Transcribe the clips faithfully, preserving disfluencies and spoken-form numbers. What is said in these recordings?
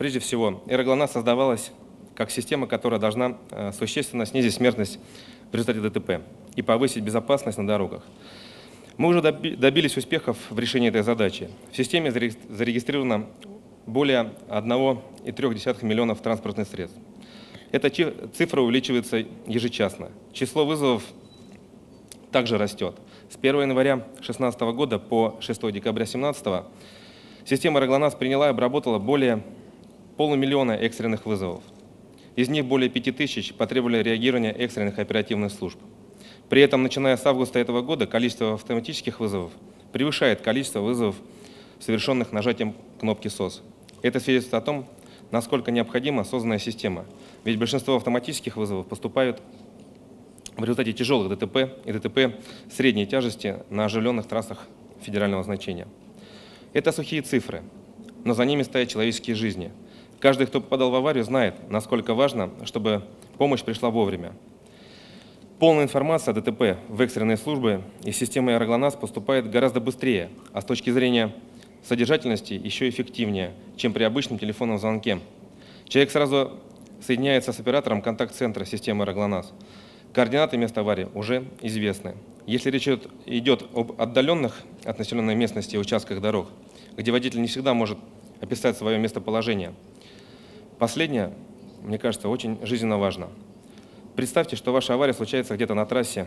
Прежде всего, «ЭРОГЛОНАСС» создавалась как система, которая должна существенно снизить смертность в результате ДТП и повысить безопасность на дорогах. Мы уже добились успехов в решении этой задачи. В системе зарегистрировано более одного и трёх десятых миллионов транспортных средств. Эта цифра увеличивается ежечасно. Число вызовов также растет. С первого января две тысячи шестнадцатого года по шестое декабря две тысячи семнадцатого система «ЭРОГЛОНАСС» приняла и обработала более полумиллиона экстренных вызовов. Из них более пяти тысяч потребовали реагирования экстренных оперативных служб. При этом, начиная с августа этого года, количество автоматических вызовов превышает количество вызовов, совершенных нажатием кнопки СОС. Это свидетельствует о том, насколько необходима созданная система. Ведь большинство автоматических вызовов поступают в результате тяжелых ДТП и ДТП средней тяжести на оживленных трассах федерального значения. Это сухие цифры, но за ними стоят человеческие жизни. Каждый, кто попадал в аварию, знает, насколько важно, чтобы помощь пришла вовремя. Полная информация о ДТП в экстренные службы из системы «ЭРОГЛОНАСС» поступает гораздо быстрее, а с точки зрения содержательности еще эффективнее, чем при обычном телефонном звонке. Человек сразу соединяется с оператором контакт-центра системы «ЭРОГЛОНАСС». Координаты места аварии уже известны. Если речь идет об отдаленных от населенной местности участках дорог, где водитель не всегда может описать свое местоположение, последнее, мне кажется, очень жизненно важно. Представьте, что ваша авария случается где-то на трассе.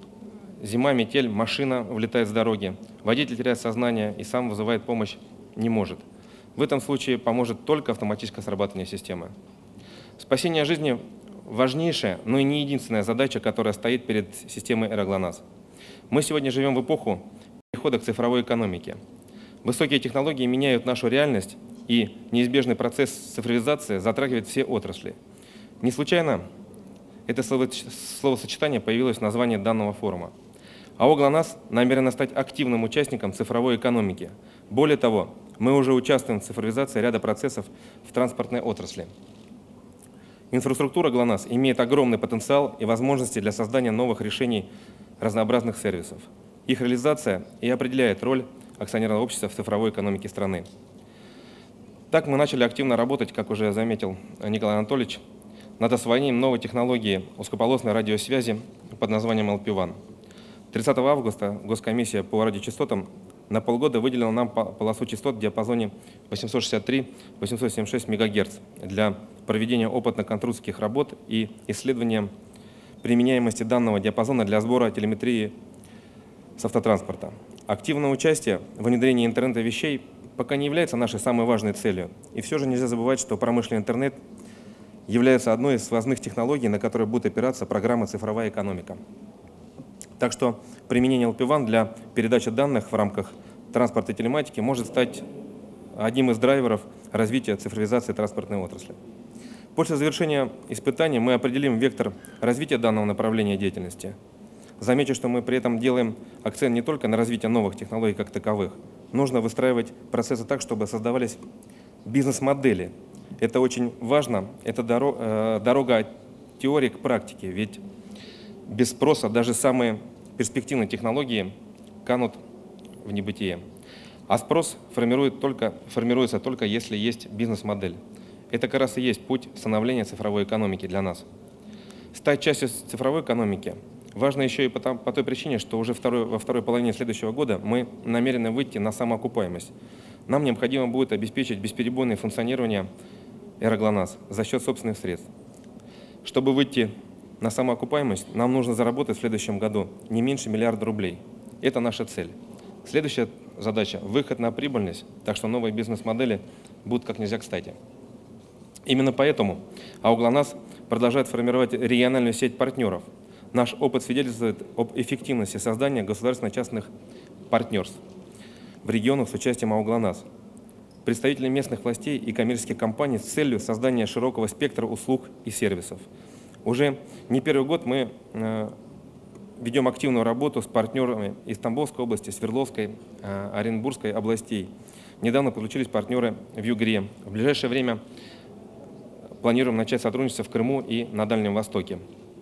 Зима, метель, машина влетает с дороги. Водитель теряет сознание и сам вызывает помощь не может. В этом случае поможет только автоматическое срабатывание системы. Спасение жизни – важнейшая, но и не единственная задача, которая стоит перед системой «ЭРОГЛОНАСС». Мы сегодня живем в эпоху перехода к цифровой экономике. Высокие технологии меняют нашу реальность, и неизбежный процесс цифровизации затрагивает все отрасли. Не случайно это словосочетание появилось в названии данного форума. АО «ГЛОНАСС» намерена стать активным участником цифровой экономики. Более того, мы уже участвуем в цифровизации ряда процессов в транспортной отрасли. Инфраструктура ГЛОНАСС имеет огромный потенциал и возможности для создания новых решений разнообразных сервисов. Их реализация и определяет роль акционерного общества в цифровой экономике страны. Так мы начали активно работать, как уже заметил Николай Анатольевич, над освоением новой технологии узкополосной радиосвязи под названием эл пи ван. тридцатого августа Госкомиссия по радиочастотам на полгода выделила нам полосу частот в диапазоне восемьсот шестьдесят три — восемьсот семьдесят шесть мегагерц для проведения опытно-конструкторских работ и исследования применяемости данного диапазона для сбора телеметрии с автотранспорта. Активное участие в внедрении интернета вещей пока не является нашей самой важной целью. И все же нельзя забывать, что промышленный интернет является одной из сквозных технологий, на которой будет опираться программа «Цифровая экономика». Так что применение эл пи ван для передачи данных в рамках транспорта и телематики может стать одним из драйверов развития цифровизации транспортной отрасли. После завершения испытаний мы определим вектор развития данного направления деятельности. Замечу, что мы при этом делаем акцент не только на развитие новых технологий как таковых. Нужно выстраивать процессы так, чтобы создавались бизнес-модели. Это очень важно, это дорога, дорога от теории к практике, ведь без спроса даже самые перспективные технологии канут в небытие. А спрос формирует только, формируется только если есть бизнес-модель. Это как раз и есть путь становления цифровой экономики для нас. Стать частью цифровой экономики важно еще и по, по той причине, что уже второй, во второй половине следующего года мы намерены выйти на самоокупаемость. Нам необходимо будет обеспечить бесперебойное функционирование «ЭРОГЛОНАСС» за счет собственных средств. Чтобы выйти на самоокупаемость, нам нужно заработать в следующем году не меньше миллиарда рублей. Это наша цель. Следующая задача – выход на прибыльность, так что новые бизнес-модели будут как нельзя кстати. Именно поэтому АО «ГЛОНАСС» продолжает формировать региональную сеть партнеров. Наш опыт свидетельствует об эффективности создания государственно-частных партнерств в регионах с участием АО «ГЛОНАСС». Представители местных властей и коммерческих компаний с целью создания широкого спектра услуг и сервисов. Уже не первый год мы э, ведем активную работу с партнерами из Тамбовской области, Свердловской, э, Оренбургской областей. Недавно подключились партнеры в Югре. В ближайшее время планируем начать сотрудничество в Крыму и на Дальнем Востоке.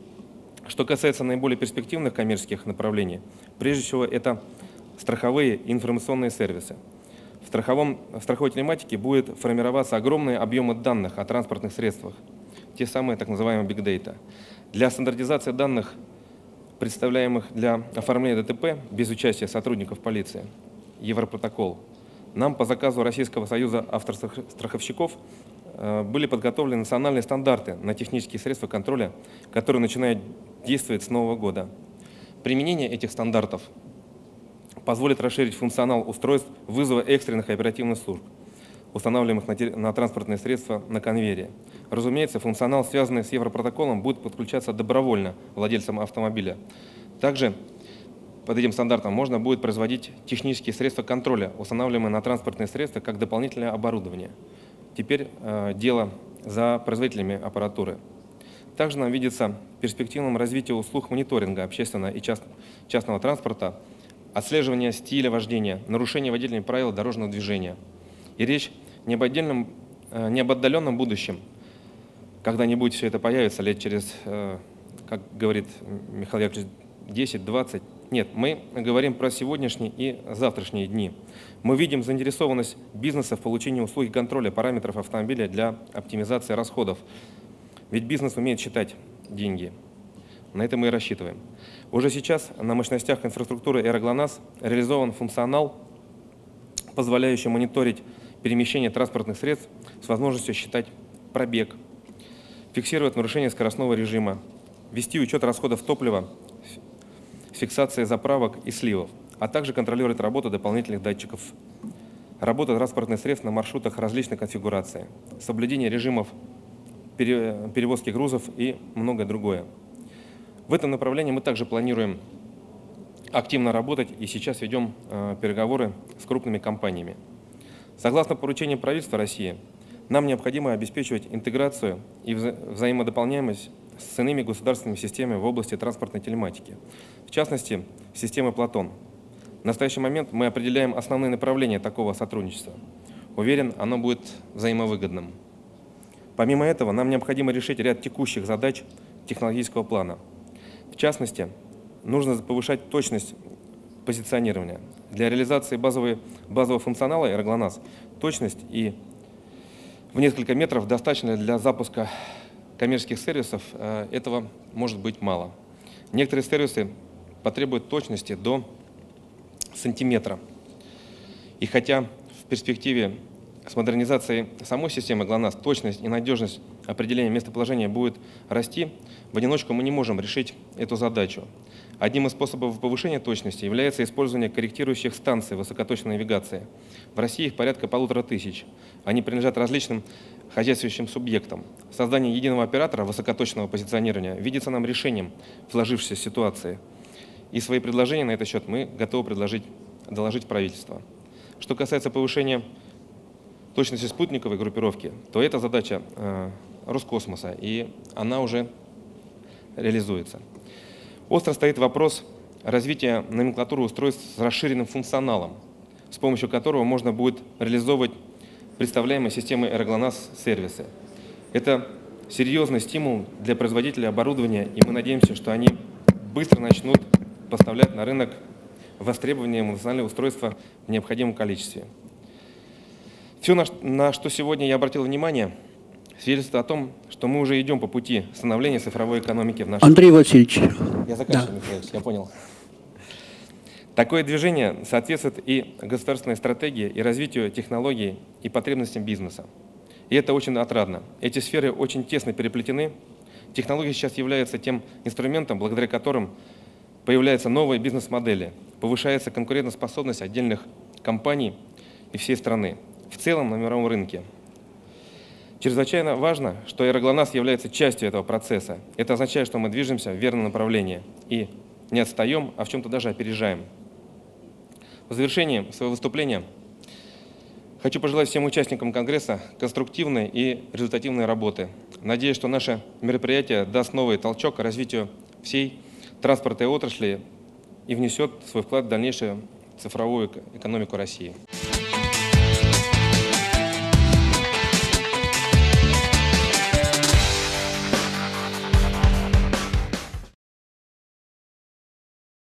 Что касается наиболее перспективных коммерческих направлений, прежде всего это страховые и информационные сервисы. В, страховом, в страховой телематике будет формироваться огромные объемы данных о транспортных средствах, те самые так называемые big data. Для стандартизации данных, представляемых для оформления ДТП без участия сотрудников полиции, Европротокол, нам по заказу Российского союза автостраховщиков были подготовлены национальные стандарты на технические средства контроля, которые начинают действовать с нового года. Применение этих стандартов позволит расширить функционал устройств вызова экстренных оперативных служб, устанавливаемых на, на транспортные средства на конвейере. Разумеется, функционал, связанный с Европротоколом, будет подключаться добровольно владельцам автомобиля. Также под этим стандартом можно будет производить технические средства контроля, устанавливаемые на транспортные средства, как дополнительное оборудование. Теперь э, дело за производителями аппаратуры. Также нам видится перспективным развитие услуг мониторинга общественного и част, частного транспорта, отслеживание стиля вождения, нарушение водителями правил дорожного движения. И речь не об, отдельном, не об отдаленном будущем, когда-нибудь все это появится, лет через, как говорит Михаил Яковлевич, десять-двадцать. Нет, мы говорим про сегодняшние и завтрашние дни. Мы видим заинтересованность бизнеса в получении услуги контроля параметров автомобиля для оптимизации расходов. Ведь бизнес умеет считать деньги. На это мы и рассчитываем. Уже сейчас на мощностях инфраструктуры «Эроглонасс» реализован функционал, позволяющий мониторить перемещение транспортных средств с возможностью считать пробег, фиксировать нарушение скоростного режима, вести учет расходов топлива с фиксацией заправок и сливов, а также контролировать работу дополнительных датчиков, работу транспортных средств на маршрутах различной конфигурации, соблюдение режимов перевозки грузов и многое другое. В этом направлении мы также планируем активно работать и сейчас ведем э, переговоры с крупными компаниями. Согласно поручению правительства России, нам необходимо обеспечивать интеграцию и вза взаимодополняемость с иными государственными системами в области транспортной телематики, в частности, системы Платон. В настоящий момент мы определяем основные направления такого сотрудничества. Уверен, оно будет взаимовыгодным. Помимо этого, нам необходимо решить ряд текущих задач технологического плана. В частности, нужно повышать точность позиционирования. Для реализации базовой, базового функционала «Эроглонасс» точность и в несколько метров достаточно для запуска коммерческих сервисов. Этого может быть мало. Некоторые сервисы потребуют точности до сантиметра. И хотя в перспективе с модернизацией самой системы ГЛОНАСС точность и надежность определения местоположения будет расти, в одиночку мы не можем решить эту задачу. Одним из способов повышения точности является использование корректирующих станций высокоточной навигации. В России их порядка полутора тысяч. Они принадлежат различным хозяйствующим субъектам. Создание единого оператора высокоточного позиционирования видится нам решением в сложившейся ситуации. И свои предложения на этот счет мы готовы предложить, доложить правительству. Что касается повышения точности спутниковой группировки, то это задача э, Роскосмоса, и она уже реализуется. Остро стоит вопрос развития номенклатуры устройств с расширенным функционалом, с помощью которого можно будет реализовывать представляемые системой «Эроглонасс» сервисы. Это серьезный стимул для производителей оборудования, и мы надеемся, что они быстро начнут поставлять на рынок востребованные эмоциональные устройства в необходимом количестве. Все, на что сегодня я обратил внимание, свидетельствует о том, что мы уже идем по пути становления цифровой экономики в нашей стране. Андрей Васильевич. Я заканчиваю, да. Михаил, я понял. Такое движение соответствует и государственной стратегии, и развитию технологий, и потребностям бизнеса. И это очень отрадно. Эти сферы очень тесно переплетены. Технологии сейчас являются тем инструментом, благодаря которым появляются новые бизнес-модели, повышается конкурентоспособность отдельных компаний и всей страны. В целом на мировом рынке. Чрезвычайно важно, что «Эроглонасс» является частью этого процесса. Это означает, что мы движемся в верном направлении и не отстаем, а в чем-то даже опережаем. В завершении своего выступления хочу пожелать всем участникам Конгресса конструктивной и результативной работы. Надеюсь, что наше мероприятие даст новый толчок развитию всей транспортной отрасли и внесет свой вклад в дальнейшую цифровую экономику России.